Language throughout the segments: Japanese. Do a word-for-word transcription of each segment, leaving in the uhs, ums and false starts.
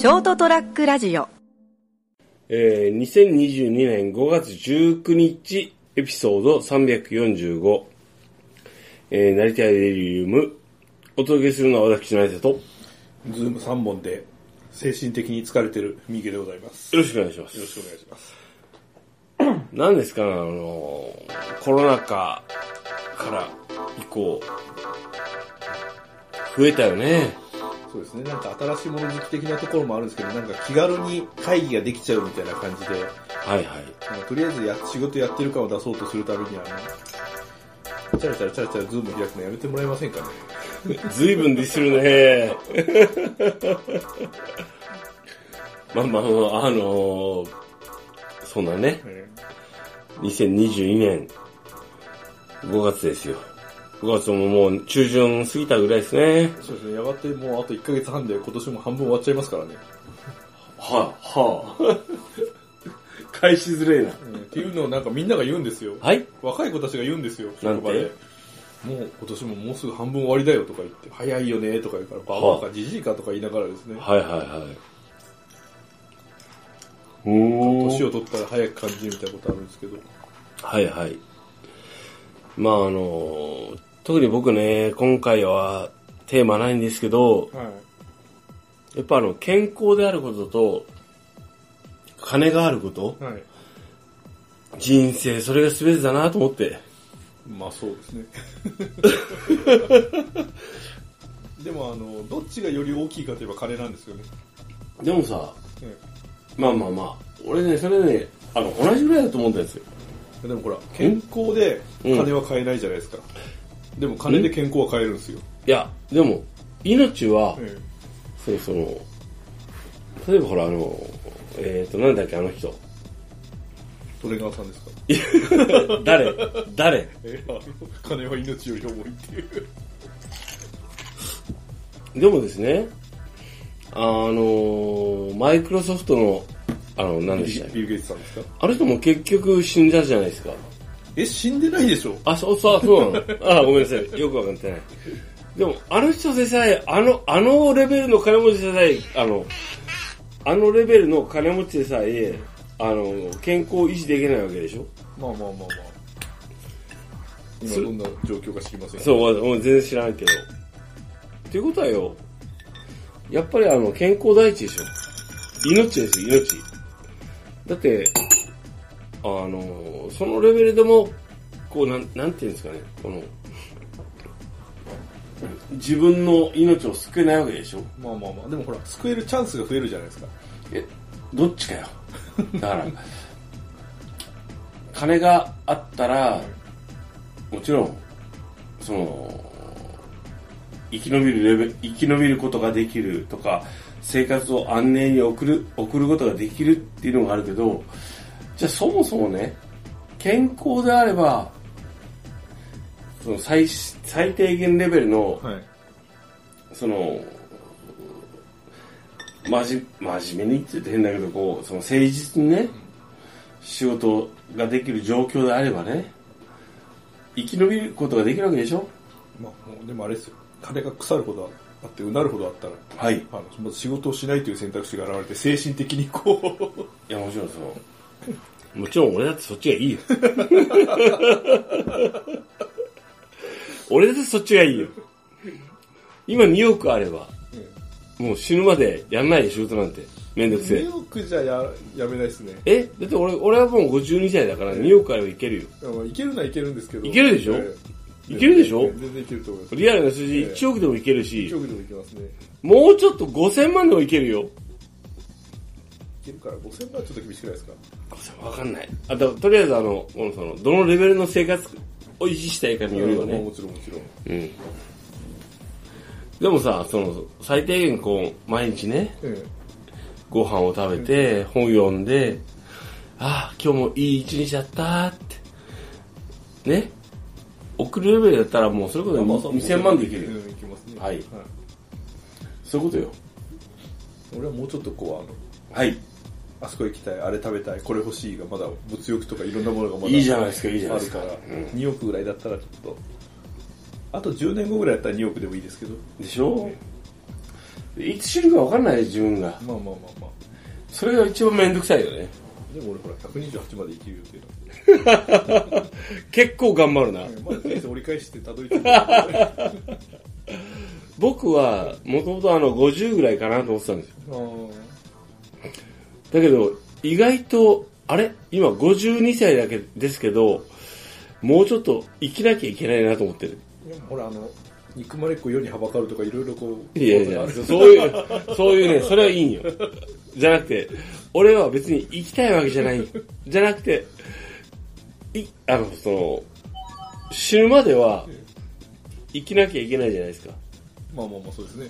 ショートトラックラジオ、 えー、にせんにじゅうにねんごがつじゅうくにちエピソードさんびゃくよんじゅうご、えー、成田デリウム、お届けするのは私成田とズームさんぼんで精神的に疲れてる三毛でございます。 よろしくお願いします。 よろしくお願いします。 何ですかね、あのコロナ禍から以降増えたよね。 そうですね、なんか新しいもの好き的なところもあるんですけど、なんか気軽に会議ができちゃうみたいな感じで、 はいはい、 なんかとりあえずや仕事やってる感を出そうとするためには、あのチャラチャラチャラチャラズーム開くのやめてもらえませんかね。 ずいぶんディスるね。まあまあ、あのー、そんなね、にせんにじゅうにねんごがつですよ。ごがつももう中旬過ぎたぐらいですね。 そうですね、やがてもうあといっかげつはんで今年も半分終わっちゃいますからね。 はあ、はあ。返しづれえな、 うん。っていうのをなんかみんなが言うんですよ。 はい。 若い子たちが言うんですよ。 なんて？ 職場で。もう今年ももうすぐ半分終わりだよとか言って、早いよねとか言うから、ババアかジジイかとか言いながらですね。 はいはいはい。うーん。 年を取ったら早く感じるみたいなことあるんですけど。 はいはい。まああの、特に僕ね、今回はテーマないんですけど、 はい、 やっぱあの、健康であることと、金があること、 はい、 人生、それが全てだなと思って。 まあそうですね。でもあの、どっちがより大きいかといえば金なんですよね。 でもさ、 うん、 まあまあまあ、俺ね、それね、あの、同じぐらいだと思うんですよ。 でもほら、健康で金は買えないじゃないですか。うん、でも金で健康は買えるんですよ。 いや、でも、命は、 うん、 そうその、例えばほらあの、えっと、なんだっけあの人。 トレガーさんですか？ 誰誰え、あの、金は命より重いっていう。 でもですね、あの、マイクロソフトの、あの、何でしたっけ？ ビル・ゲイツさんですか？ あの人も結局死んだじゃないですか。 え、死んでないでしょ？ あ、そうそう、そうなの。あ、ごめんなさい。よくわかってない。でも、あの人でさえ、あの、あのレベルの金持ちでさえ、あの、あのレベルの金持ちでさえ、あの、健康を維持できないわけでしょ？ まあまあまあまあ。今どんな状況か知りませんけど。 そう、もう全然知らんけど。っていうことはよ、やっぱりあの、健康第一でしょ？命ですよ、命。だって、あの、そのレベルでも、こう、なん、なんていうんですかね、この、自分の命を救えないわけでしょ？ まあまあまあ、でもほら、救えるチャンスが増えるじゃないですか。 え、どっちかよ。だから、金があったら、もちろん、その、生き延びるレベル、生き延びることができるとか、生活を安寧に送る、送ることができるっていうのがあるけど、じゃあそもそもね、健康であれば、その最、最低限レベルの、 はい、 その、まじ、真面目にって言って変だけど、こう、その誠実にね、仕事ができる状況であればね、生き延びることができるわけでしょ？ まあ、もうでもあれですよ。金が腐るほどあって、うなるほどあったら、 はい。 あのまず仕事をしないという選択肢が現れて、精神的にこう。 いや、もちろんその、もちろん俺だってそっちがいいよ。俺だってそっちがいいよ。今におくあれば、うん、もう死ぬまでやんないで仕事なんて。めんどくせえ。 におくじゃや、やめないですね。 えだって俺、俺はもうごじゅうにさいだからにおくあればいけるよ。 いけるのはいけるんですけど。 いけるでしょ？ えー、 いけるでしょ？ 全然いけると思います。 リアルな数字いちおくでもいけるし、 いちおくでもいけますね。 もうちょっとごせんまんでもいけるよ。 いけるからごせんまんはちょっと厳しくないですか？ ごせんまんわかんない。あと、とりあえずあの、このその、どのレベルの生活を維持したいかによるよね。 もちろんもちろん。 うん。でもさ、その、最低限こう、毎日ね、うん、ご飯を食べて、本読んで、ああ、今日もいい一日だったーって。ね。送るレベルだったらもうそれこそにせんまんでいけるよ。 いけますね。 はい。はい、そういうことよ。 俺はもうちょっとこう、あの、はい。 あそこ行きたい、あれ食べたい、これ欲しいがまだ物欲とかいろんなものがまだいいじゃないですか、いいじゃないですか。 あるから、うん、におくぐらいだったらちょっと、あとじゅうねんごぐらいだったらにおくでもいいですけど。 でしょ？ いつ死ぬか分かんない自分が。 まあまあまあまあ。 それが一番めんどくさいよね。 でも俺ほらひゃくにじゅうはちまで生きる予定なんで。 結構頑張るな。 まだ人生折り返してたどり着いた。 僕はもともとあのごじゅうぐらいかなと思ってたんですよ。だけど意外とあれ今ごじゅうにさいだけですけど、もうちょっと生きなきゃいけないなと思ってる。 いやほらあの憎まれっ子世にはばかるとかいろいろこう。 いやいや、そういうそういうね、それはいいんよ。じゃなくて、俺は別に生きたいわけじゃない。じゃなくて、いあのその死ぬまでは生きなきゃいけないじゃないですか。 まあまあまあそうですね。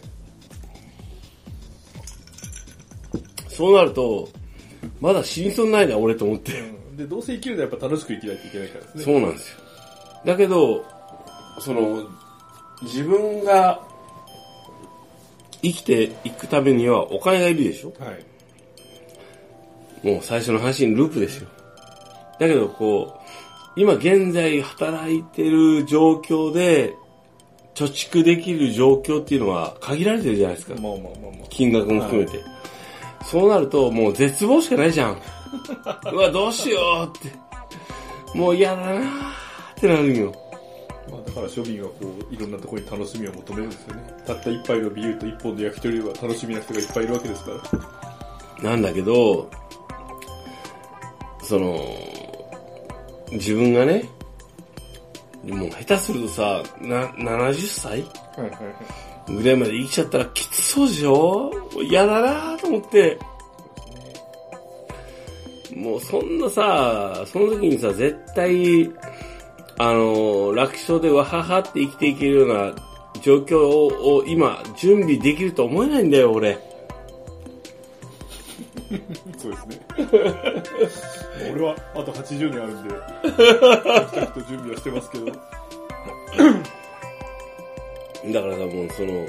そうなるとまだ死にそうにないな俺と思って、 うん、でどうせ生きるのはやっぱ楽しく生きないといけないからですね。 そうなんですよ。だけどその自分が生きていくためにはお金がいるでしょ。 はい。 もう最初の話にループですよ。だけどこう今現在働いてる状況で貯蓄できる状況っていうのは限られてるじゃないですか。 まあまあまあまあ。 金額も含めて。はい、そうなるともう絶望しかないじゃん。うわどうしようって。もう嫌だなーってなるんよ。 まあだから庶民はこういろんなところに楽しみを求めるんですよね。たった一杯のビールと一本の焼き鳥は楽しみな人がいっぱいいるわけですから。 なんだけど、その自分がね、もう下手するとさ、なななじゅっさいぐらいまで生きちゃったらきつそうでしょ。嫌だなと思って。もうそんなさ、その時にさ、絶対あの楽勝でわははって生きていけるような状況を今準備できると思えないんだよ俺。 そうですね。俺はあとはちじゅうねんあるんで、ちゃんと準備はしてますけど。 だからさ、もうその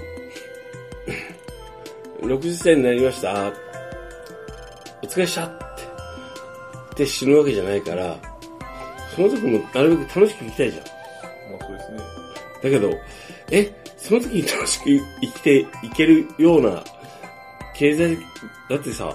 ろくじゅっさいになりました、お疲れっしたってって死ぬわけじゃないから、その時もなるべく楽しく生きたいじゃん。 まあそうですね。 だけどえその時に楽しく生きていけるような経済だってさ、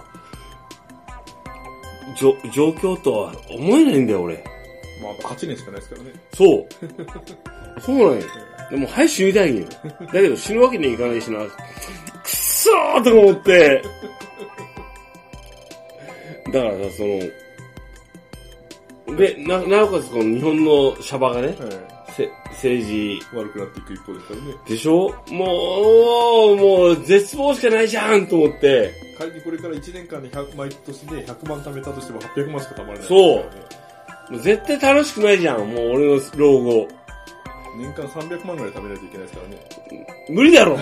状況とは思えないんだよ俺。 まああとはちねんしかないですからね。 そうそうなんよ。でもはい死にたいんよ。だけど死ぬわけにはいかないしな、くっそーとか思って。だからさ、そので な, なおかつこの日本のシャバがね、はい、せ政治悪くなっていく一方ですからね。 でしょ。もうもう絶望しかないじゃんと思って。 仮にこれからいちねんかんでひゃく毎年でひゃくまん貯めたとしてもはっぴゃくまんしか貯まらない、ね。 そう。もう絶対楽しくないじゃん。もう俺の老後。 年間さんびゃくまんぐらい貯めないといけないですからね。 無理だろ。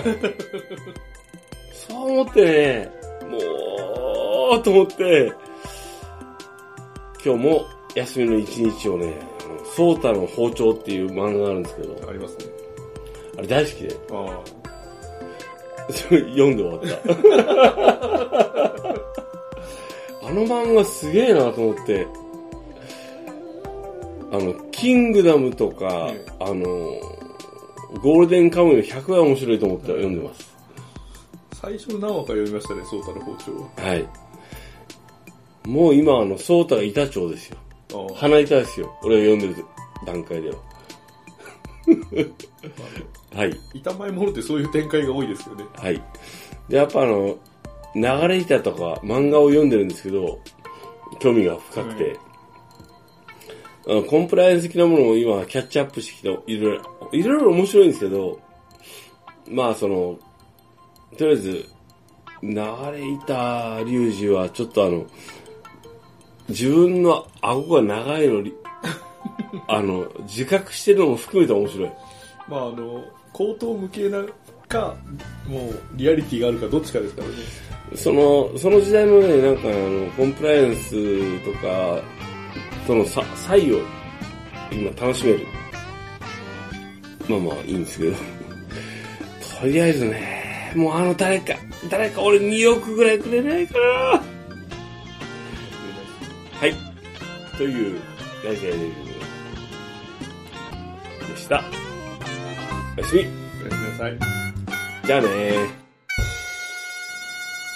そう思ってね、もうと思って今日も休みの一日をね、ソータの包丁っていう漫画があるんですけど。 ありますね。 あれ大好きで。 ああ。 読んで終わった。あの漫画すげえなと思って。あの、キングダムとか、うん、あの、ゴールデンカムイのひゃくばい面白いと思って読んでます。 最初の何話か読みましたね、ソータの包丁。 はい。もう今あの、ソータが板長ですよ。鼻板ですよ。俺が読んでる段階では。はい。 板前ものってそういう展開が多いですよね。 はい。で、やっぱあの、流れ板とか漫画を読んでるんですけど、興味が深くて、うん、あのコンプライアンス的なものを今キャッチアップしてきた、いろいろ、いろいろ面白いんですけど、まあその、とりあえず、流れ板隆二はちょっとあの、自分の顎が長いのに、あの、自覚してるのも含めて面白い。 まああの、口頭無形なか、もうリアリティがあるかどっちかですからね。 その、その時代のね、なんかあの、コンプライアンスとか、との差異を今楽しめる。まあまあいいんですけど。とりあえずね、もうあの誰か、誰か俺におくぐらいくれないかな。はい。という、大体レビューでした。おやすみ。 おやすみなさい。 じゃあねー。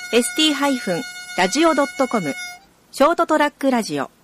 エスティー ラジオ ドットコム ショートトラックラジオ